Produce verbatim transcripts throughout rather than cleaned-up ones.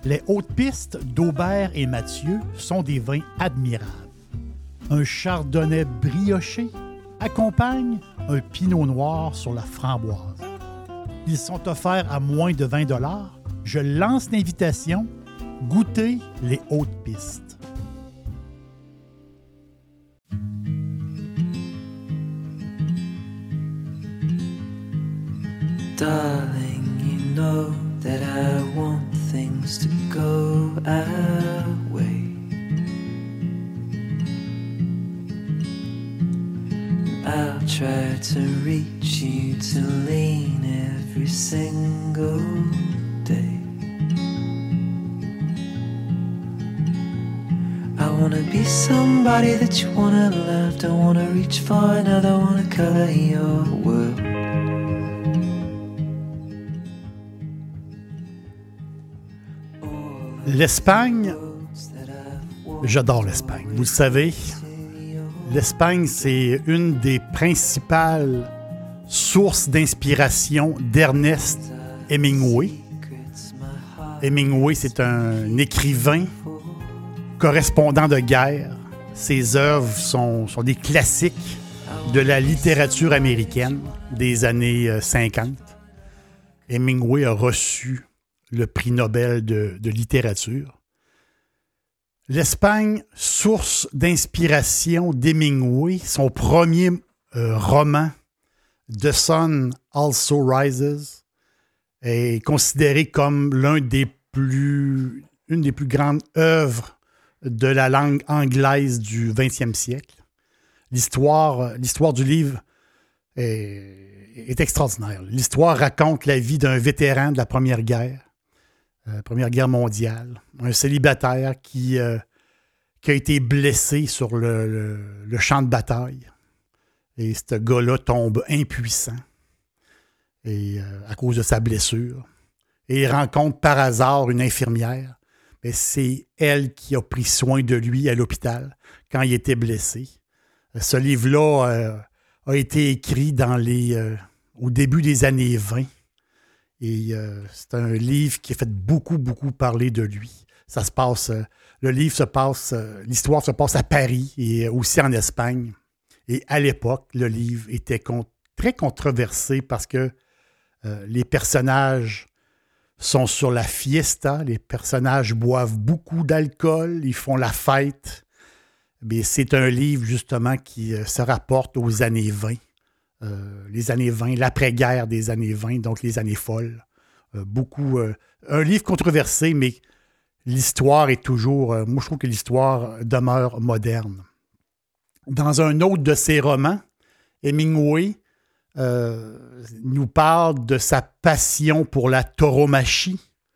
Les hautes pistes d'Aubert et Mathieu sont des vins admirables. Un chardonnay brioché accompagne un pinot noir sur la framboise. Ils sont offerts à moins de vingt dollars. Je lance l'invitation. Goûtez les hautes pistes. Darling, you know that I want things to go our way. I'll try to reach you to lean every single day. I wanna be somebody that you wanna love. Don't wanna reach far another, wanna color your world. L'Espagne, j'adore l'Espagne. Vous le savez, l'Espagne, c'est une des principales sources d'inspiration d'Ernest Hemingway. Hemingway, c'est un écrivain, correspondant de guerre. Ses œuvres sont, sont des classiques de la littérature américaine des années cinquante. Hemingway a reçu le prix Nobel de, de littérature. L'Espagne, source d'inspiration d'Hemingway, son premier euh, roman, The Sun Also Rises, est considéré comme l'un des plus, une des plus grandes œuvres de la langue anglaise du vingtième siècle. L'histoire, l'histoire du livre est, est extraordinaire. L'histoire raconte la vie d'un vétéran de la Première Guerre, Euh, Première Guerre mondiale, un célibataire qui, euh, qui a été blessé sur le, le, le champ de bataille. Et ce gars-là tombe impuissant et, euh, à cause de sa blessure. Et il rencontre par hasard une infirmière. Mais c'est elle qui a pris soin de lui à l'hôpital quand il était blessé. Ce livre-là euh, a été écrit dans les, euh, au début des années vingt. Et euh, c'est un livre qui a fait beaucoup, beaucoup parler de lui. Ça se passe, euh, le livre se passe, euh, l'histoire se passe à Paris et aussi en Espagne. Et à l'époque, le livre était con- très controversé parce que euh, les personnages sont sur la fiesta, les personnages boivent beaucoup d'alcool, ils font la fête. Mais c'est un livre justement qui euh, se rapporte aux années vingt. Euh, les années vingt, l'après-guerre des années vingt, donc les années folles. Euh, beaucoup, euh, un livre controversé, mais l'histoire est toujours... Euh, moi, je trouve que l'histoire demeure moderne. Dans un autre de ses romans, Hemingway euh, nous parle de sa passion pour la tauromachie.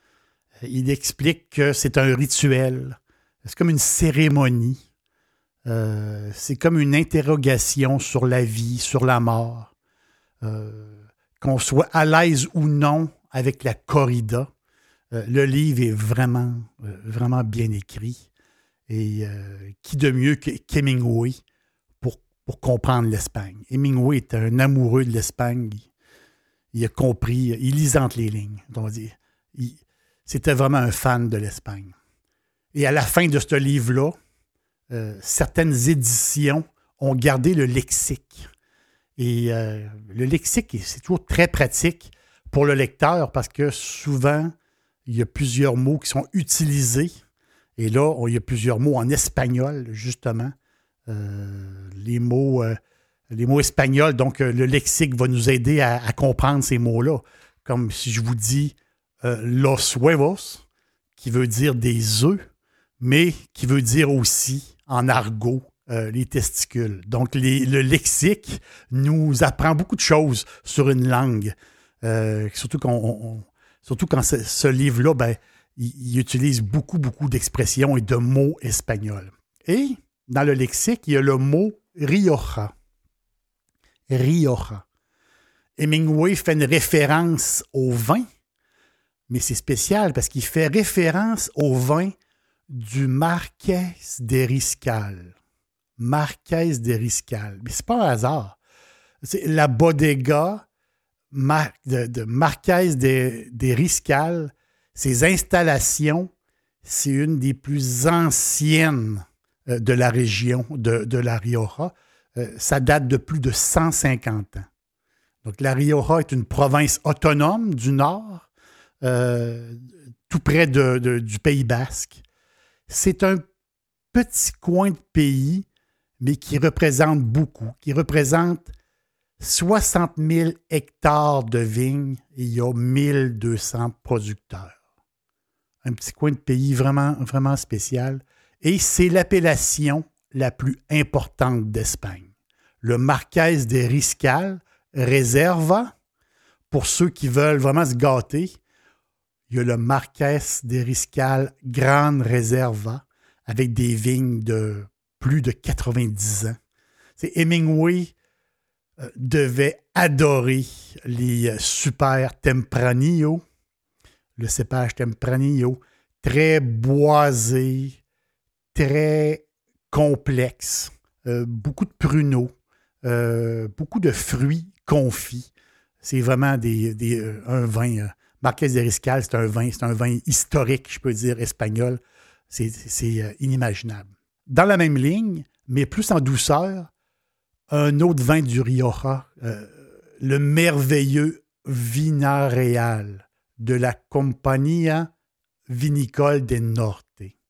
Il explique que c'est un rituel. C'est comme une cérémonie. Euh, c'est comme une interrogation sur la vie, sur la mort. Euh, qu'on soit à l'aise ou non avec la corrida. Euh, le livre est vraiment, euh, vraiment bien écrit. Et euh, qui de mieux qu'Hemingway pour, pour comprendre l'Espagne? Hemingway est un amoureux de l'Espagne. Il, il a compris, il lisait entre les lignes. On va dire. Il, c'était vraiment un fan de l'Espagne. Et à la fin de ce livre-là, Euh, certaines éditions ont gardé le lexique. Et euh, le lexique, c'est toujours très pratique pour le lecteur parce que souvent, il y a plusieurs mots qui sont utilisés. Et là, il y a plusieurs mots en espagnol, justement. Euh, les mots, euh, les mots espagnols, donc euh, le lexique va nous aider à, à comprendre ces mots-là. Comme si je vous dis euh, los huevos, qui veut dire des œufs, mais qui veut dire aussi, en argot, euh, les testicules. Donc, les, le lexique nous apprend beaucoup de choses sur une langue. Euh, surtout, qu'on, on, surtout quand ce, ce livre-là, ben, il, il utilise beaucoup, beaucoup d'expressions et de mots espagnols. Et dans le lexique, il y a le mot Rioja. Rioja. Hemingway fait une référence au vin, mais c'est spécial parce qu'il fait référence au vin du Marqués de Riscal. Marqués de Riscal. Mais c'est pas un hasard. C'est la bodega Mar- de, de Marqués de, de Riscal Ces installations, c'est une des plus anciennes euh, de la région de, de La Rioja. Euh, ça date de plus de cent cinquante ans. Donc, La Rioja est une province autonome du nord, euh, tout près de, de, du Pays basque. C'est un petit coin de pays, mais qui représente beaucoup, qui représente soixante mille hectares de vignes et il y a mille deux cents producteurs. Un petit coin de pays vraiment, vraiment spécial. Et c'est l'appellation la plus importante d'Espagne. Le Marquès de Riscal Reserva, pour ceux qui veulent vraiment se gâter, il y a le Marquès de Riscal Gran Reserva avec des vignes de plus de quatre-vingt-dix ans. C'est Hemingway euh, devait adorer les super Tempranillo, le cépage Tempranillo, très boisé, très complexe, euh, beaucoup de pruneaux, euh, beaucoup de fruits confits. C'est vraiment des, des, euh, un vin. Euh, Marquès de Riscal, c'est un vin, c'est un vin historique, je peux dire, espagnol. C'est, c'est euh, inimaginable. Dans la même ligne, mais plus en douceur, un autre vin du Rioja, euh, le merveilleux Vinareal de la Compañía Vinicole del Norte.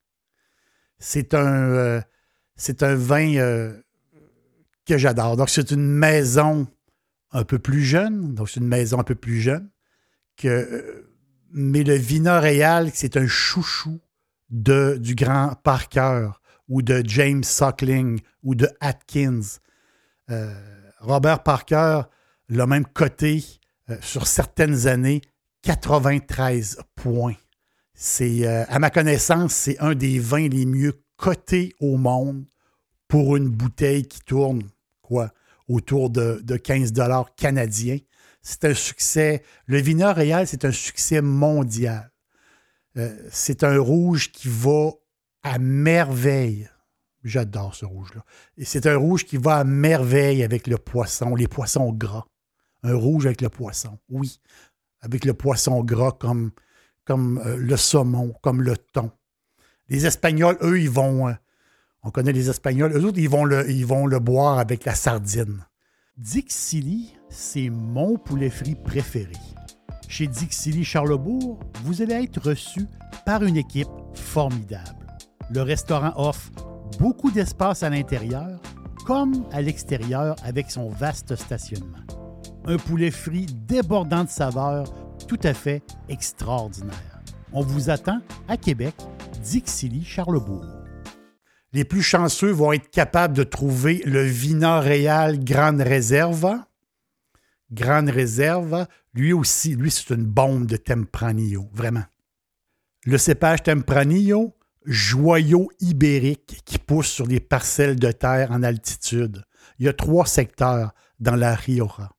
C'est un, euh, c'est un vin euh, que j'adore. Donc, c'est une maison un peu plus jeune. Donc, c'est une maison un peu plus jeune. Que, euh, mais le Vinareal, c'est un chouchou de, du grand Parker ou de James Suckling ou de Atkins. Euh, Robert Parker l'a même coté euh, sur certaines années quatre-vingt-treize points. C'est, euh, à ma connaissance, c'est un des vins les mieux cotés au monde pour une bouteille qui tourne, quoi, autour de, de quinze dollars canadiens. C'est un succès. Le Vinareal, c'est un succès mondial. Euh, c'est un rouge qui va à merveille. J'adore ce rouge-là. Et c'est un rouge qui va à merveille avec le poisson, les poissons gras. Un rouge avec le poisson, oui. Avec le poisson gras comme, comme euh, le saumon, comme le thon. Les Espagnols, eux, ils vont... Euh, on connaît les Espagnols. Eux autres, ils vont le, ils vont le boire avec la sardine. Dixili, c'est mon poulet frit préféré. Chez Dixili Charlebourg, vous allez être reçu par une équipe formidable. Le restaurant offre beaucoup d'espace à l'intérieur comme à l'extérieur avec son vaste stationnement. Un poulet frit débordant de saveurs, tout à fait extraordinaire. On vous attend à Québec, Dixili Charlebourg. Les plus chanceux vont être capables de trouver le Vinareal Gran Reserva. Gran Reserva, lui aussi, lui, c'est une bombe de Tempranillo, vraiment. Le cépage Tempranillo, joyau ibérique qui pousse sur des parcelles de terre en altitude. Il y a trois secteurs dans la Rioja.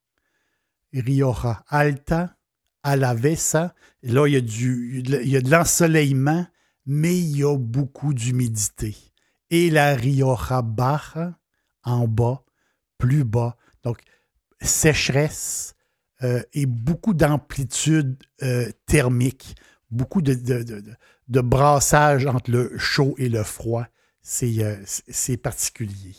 Rioja Alta, Alavesa. Là, il y a, du, il y a de l'ensoleillement, mais il y a beaucoup d'humidité. Et la Rioja Baja, en bas, plus bas. Donc, sécheresse euh, et beaucoup d'amplitude euh, thermique, beaucoup de, de, de, de brassage entre le chaud et le froid. C'est, euh, c'est particulier.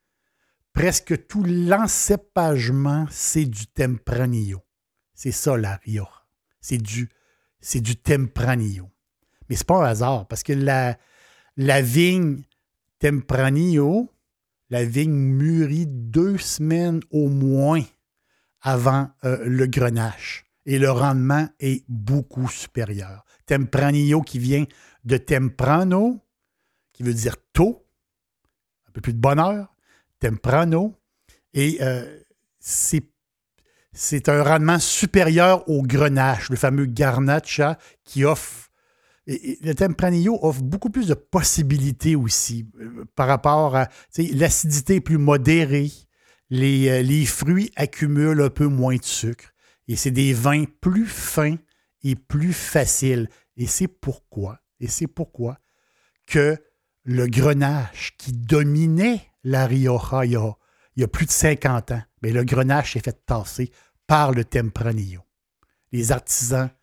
Presque tout l'encépagement, c'est du Tempranillo. C'est ça, la Rioja. C'est du, c'est du Tempranillo. Mais c'est pas un hasard, parce que la, la vigne Tempranillo, la vigne mûrit deux semaines au moins avant euh, le grenache. Et le rendement est beaucoup supérieur. Tempranillo qui vient de temprano, qui veut dire tôt, un peu plus de bonheur, temprano. Et euh, c'est, c'est un rendement supérieur au grenache, le fameux garnacha qui offre. Et le Tempranillo offre beaucoup plus de possibilités aussi euh, par rapport à l'acidité plus modérée. Les, euh, les fruits accumulent un peu moins de sucre. Et c'est des vins plus fins et plus faciles. Et c'est pourquoi, et c'est pourquoi que le grenache qui dominait la Rioja il y a, il y a plus de cinquante ans, bien, le grenache est fait tasser par le Tempranillo. Les artisans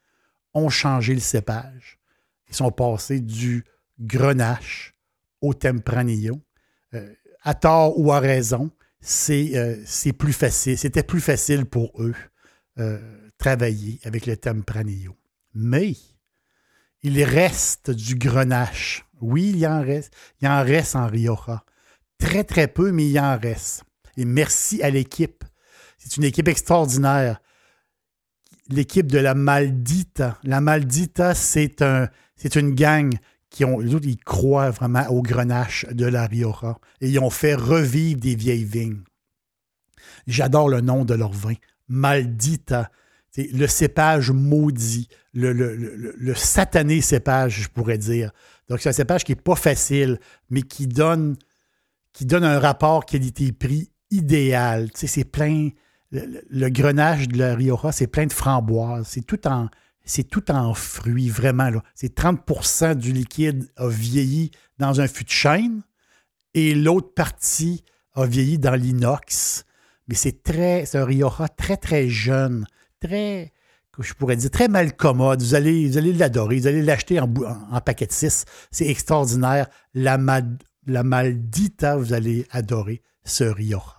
ont changé le cépage. Ils sont passés du Grenache au Tempranillo. Euh, à tort ou à raison, c'est, euh, c'est plus facile. C'était plus facile pour eux euh, travailler avec le Tempranillo. Mais il reste du Grenache. Oui, il y en reste. Il y en reste en Rioja. Très, très peu, mais il y en reste. Et merci à l'équipe. C'est une équipe extraordinaire. L'équipe de la Maldita. La Maldita, c'est, un, c'est une gang qui ont, les autres, ils croient vraiment au Grenache de la Rioja. Et ils ont fait revivre des vieilles vignes. J'adore le nom de leur vin. Maldita. C'est le cépage maudit. Le, le, le, le satané cépage, je pourrais dire. Donc, c'est un cépage qui n'est pas facile, mais qui donne, qui donne un rapport qualité-prix idéal. Tu sais, c'est plein... Le, le Grenache de la Rioja, c'est plein de framboises. C'est tout en, c'est tout en fruits, vraiment. Là. C'est trente pour cent du liquide a vieilli dans un fût de chêne et l'autre partie a vieilli dans l'inox. Mais c'est très, c'est un Rioja très, très jeune, très, je pourrais dire, très malcommode. Vous allez, vous allez l'adorer, vous allez l'acheter en, en, en paquet de six. C'est extraordinaire. La, la Maldita, vous allez adorer ce Rioja.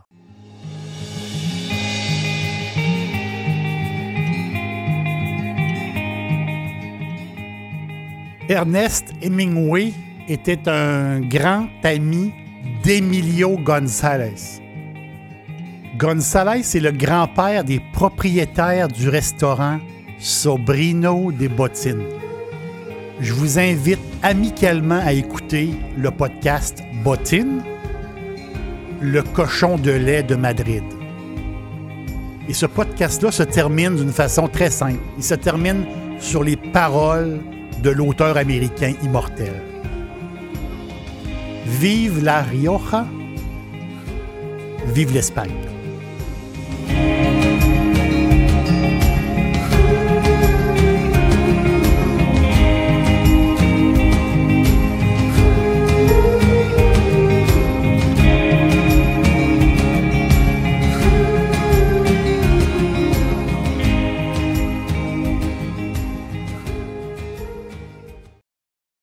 Ernest Hemingway était un grand ami d'Emilio González. González est le grand-père des propriétaires du restaurant Sobrino de Botín. Je vous invite amicalement à écouter le podcast Botín, le cochon de lait de Madrid. Et ce podcast-là se termine d'une façon très simple. Il se termine sur les paroles de l'auteur américain immortel. Vive la Rioja, vive l'Espagne.